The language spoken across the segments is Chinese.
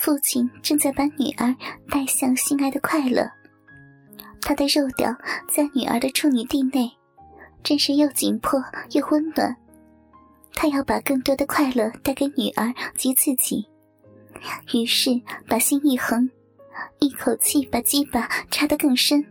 父亲正在把女儿带向性爱的快乐，他的肉屌在女儿的处女地内，真是又紧迫又温暖。他要把更多的快乐带给女儿及自己，于是把心一横，一口气把鸡巴插得更深。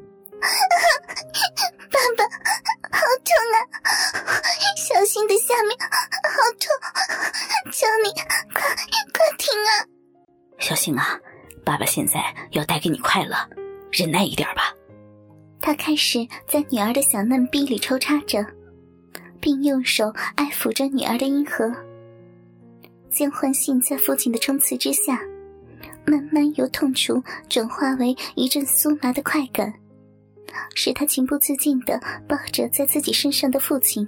爸爸，好痛啊！小心的下面好痛，求你快停啊！ 小星啊，爸爸现在要带给你快乐，忍耐一点吧。 他开始在女儿的小嫩逼里抽插着，并用手爱抚着女儿的阴核。江焕信在父亲的冲刺之下，慢慢由痛楚转化为一阵酥麻的快感，使他情不自禁地抱着在自己身上的父亲。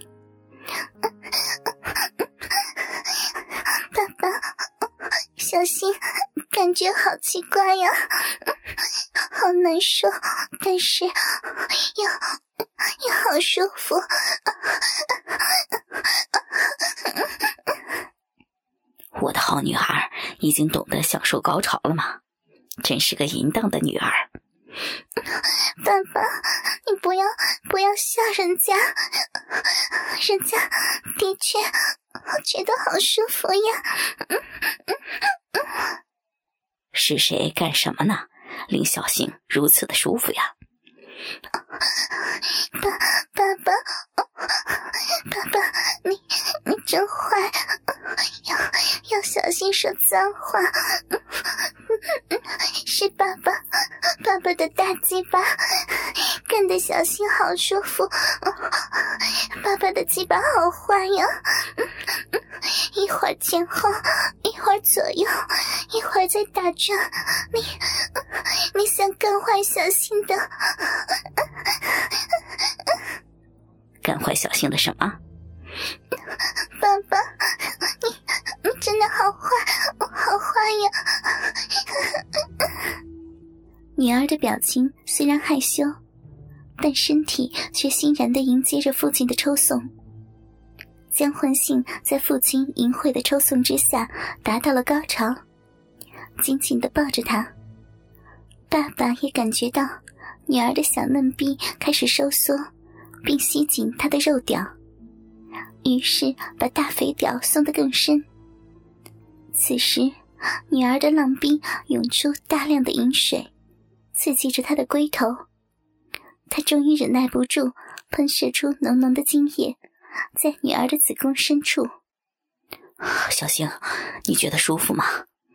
爸爸，小心，感觉好奇怪呀，好难受，但是又好舒服。 我的好女孩已经懂得享受高潮了吗？真是个淫荡的女儿。 爸爸，你不要吓人家，人家的确我觉得好舒服呀。 是谁干什么呢？令小星如此的舒服呀？ 爸爸，你真坏，要小心说脏话。是爸爸的大鸡巴干得小心好舒服，爸爸的鸡巴好坏呀，一会儿前后，一会儿左右，一会儿在打转，你想干坏小心的？ 干坏小星的什么？ 爸爸，你真的好坏呀！女儿的表情虽然害羞，但身体却欣然地迎接着父亲的抽送。江焕信在父亲淫秽的抽送之下达到了高潮，紧紧地抱着她。爸爸也感觉到女儿的小嫩逼开始收缩，并吸紧她的肉屌，于是把大肥屌送得更深。此时女儿的浪逼涌出大量的饮水，刺激着她的龟头。她终于忍耐不住，喷射出浓浓的精液，在女儿的子宫深处。 小星，你觉得舒服吗？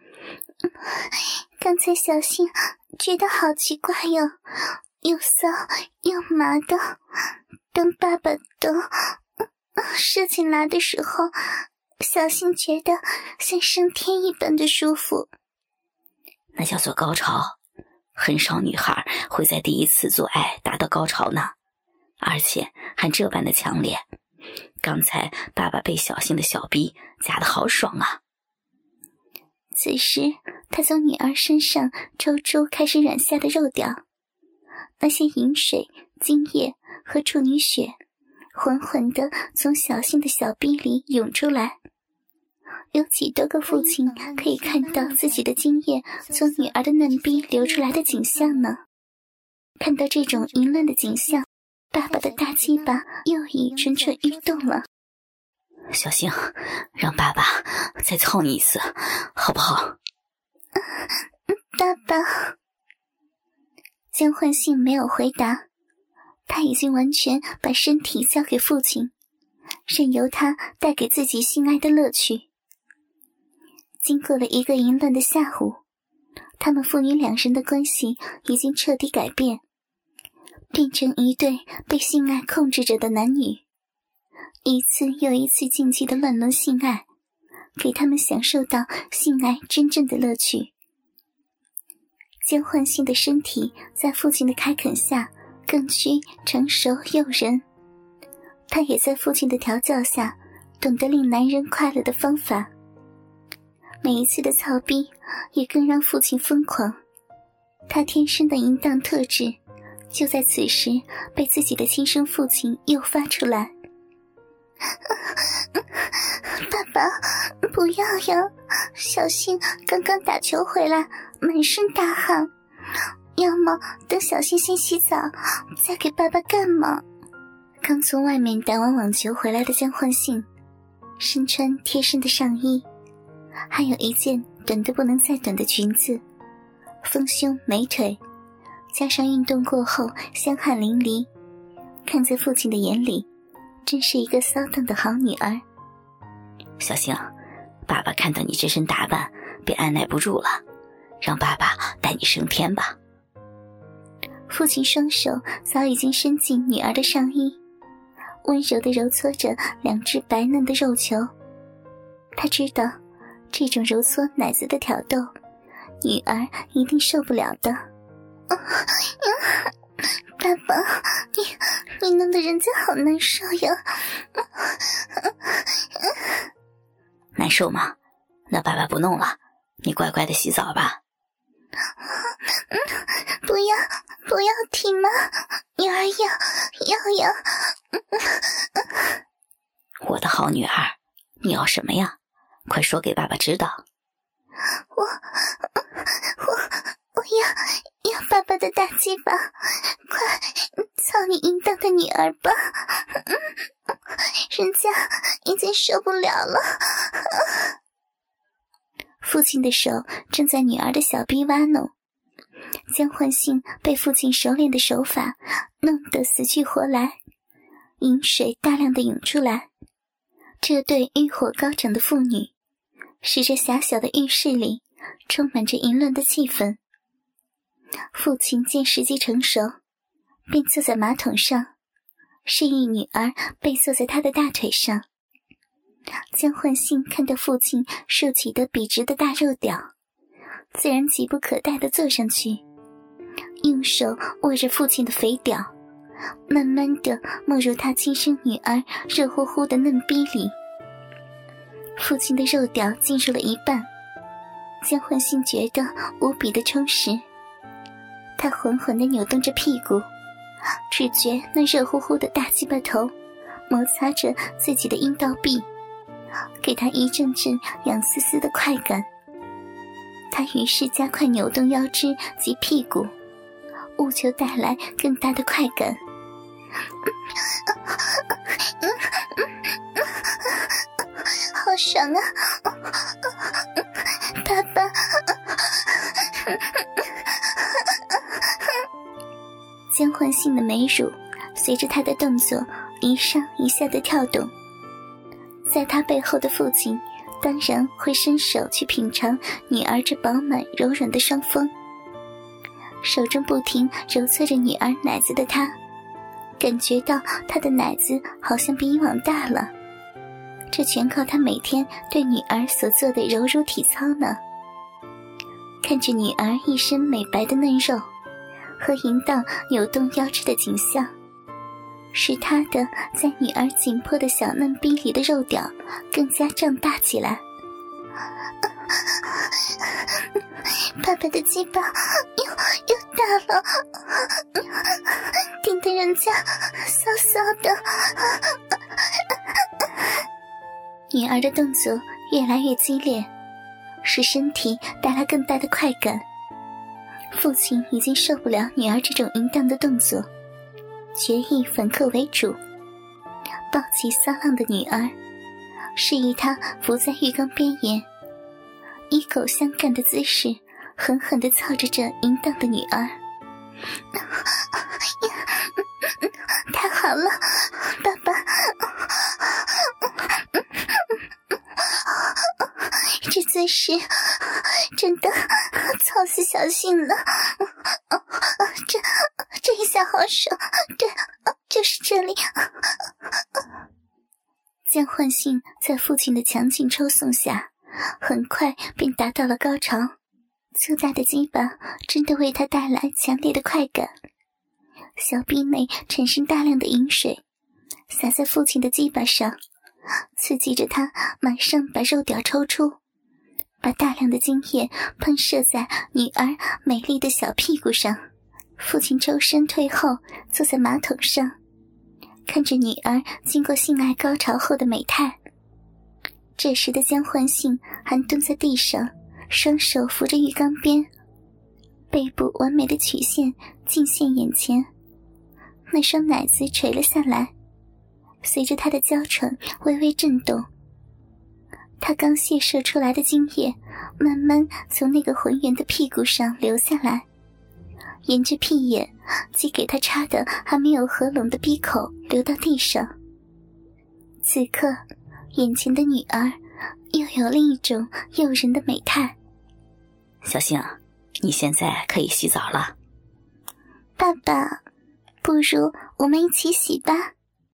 刚才小星觉得好奇怪哟，又骚又麻的。等爸爸的射进来的时候，小星觉得像升天一般的舒服。 那叫做高潮，很少女孩会在第一次做爱达到高潮呢，而且还这般的强烈。刚才爸爸被小星的小逼夹得好爽啊！ 此时他从女儿身上抽出开始软下的肉屌，那些饮水、精液和处女血缓缓地从小星的小逼里涌出来。有几多个父亲可以看到自己的精液从女儿的嫩逼流出来的景象呢？看到这种淫乱的景象，爸爸的大鸡巴又已蠢蠢欲动了。 小星，让爸爸再操你一次，好不好？ 爸爸。江焕信没有回答，他已经完全把身体交给父亲，任由他带给自己性爱的乐趣。经过了一个淫乱的下午，他们父女两人的关系已经彻底改变，变成一对被性爱控制着的男女。一次又一次禁忌的乱伦性爱，给他们享受到性爱真正的乐趣。江焕信的身体在父亲的开垦下更趋成熟诱人，他也在父亲的调教下懂得令男人快乐的方法。每一次的操逼也更让父亲疯狂，他天生的淫荡特质就在此时被自己的亲生父亲诱发出来。 爸爸，不要呀！小新刚刚打球回来，满身大汗。要么等小新先洗澡，再给爸爸干嘛？刚从外面打完网球回来的江焕信，身穿贴身的上衣，还有一件短得不能再短的裙子，丰胸美腿，加上运动过后香汗淋漓，看在父亲的眼里，真是一个骚荡的好女儿。 小星，爸爸看到你这身打扮，便按耐不住了，让爸爸带你升天吧。 父亲双手早已经伸进女儿的上衣，温柔地揉搓着两只白嫩的肉球。他知道这种揉搓奶子的挑逗，女儿一定受不了的。爸爸，你弄得人家好难受呀。 难受吗？那爸爸不弄了，你乖乖的洗澡吧。 不要提嘛，女儿要。 我的好女儿，你要什么呀？快说给爸爸知道。 我要爸爸的大鸡巴，快操你淫荡的女儿吧。人家已经受不了了。父亲的手正在女儿的小臂挖弄，江焕信被父亲熟练的手法弄得死去活来，淫水大量的涌出来。这对欲火高涨的妇女，使这狭小的浴室里充满着淫乱的气氛。父亲见时机成熟，便坐在马桶上，示意女儿背坐在他的大腿上。江焕信看到父亲竖起的笔直的大肉屌，自然急不可待地坐上去，用手握着父亲的肥屌，慢慢地没入他亲生女儿热乎乎的嫩逼里。父亲的肉屌进入了一半，江焕信觉得无比的充实。他缓缓地扭动着屁股，只觉那热乎乎的大鸡巴头摩擦着自己的阴道壁，给他一阵阵痒丝丝的快感。他于是加快扭动腰肢及屁股，务求带来更大的快感。好爽啊，爸爸。江焕信的美乳随着他的动作一上一下的跳动，在他背后的父亲当然会伸手去品尝女儿这饱满柔软的双峰。手中不停揉搓着女儿奶子的他，感觉到她的奶子好像比以往大了，这全靠他每天对女儿所做的柔乳体操呢。看着女儿一身美白的嫩肉和淫荡扭动腰肢的景象，使他的在女儿紧迫的小嫩逼里的肉屌更加胀大起来。爸爸的鸡巴又大了，顶得人家骚骚的。女儿的动作越来越激烈，使身体带来更大的快感。父亲已经受不了女儿这种淫荡的动作，决意反客为主，抱起骚浪的女儿，示意她伏在浴缸边沿，以狗相干的姿势狠狠地操着这淫荡的女儿。太好了，爸爸，这姿势真的操死小信了。这一下好爽，对，就是这里。江焕信在父亲的强劲抽送下，很快便达到了高潮。粗大的鸡巴真的为他带来强烈的快感，小臂内产生大量的饮水，洒在父亲的鸡巴上，刺激着他马上把肉屌抽出，把大量的精液喷射在女儿美丽的小屁股上。父亲周身退后，坐在马桶上，看着女儿经过性爱高潮后的美态， 这时的江焕信还蹲在地上，双手扶着浴缸边，背部完美的曲线尽现眼前，那双奶子垂了下来，随着他的娇喘微微震动。他刚泄射出来的精液慢慢从那个浑圆的屁股上流下来，沿着屁眼即给他插的还没有合拢的鼻口流到地上。此刻眼前的女儿又有另一种诱人的美态。 小杏，你现在可以洗澡了。 爸爸，不如我们一起洗吧。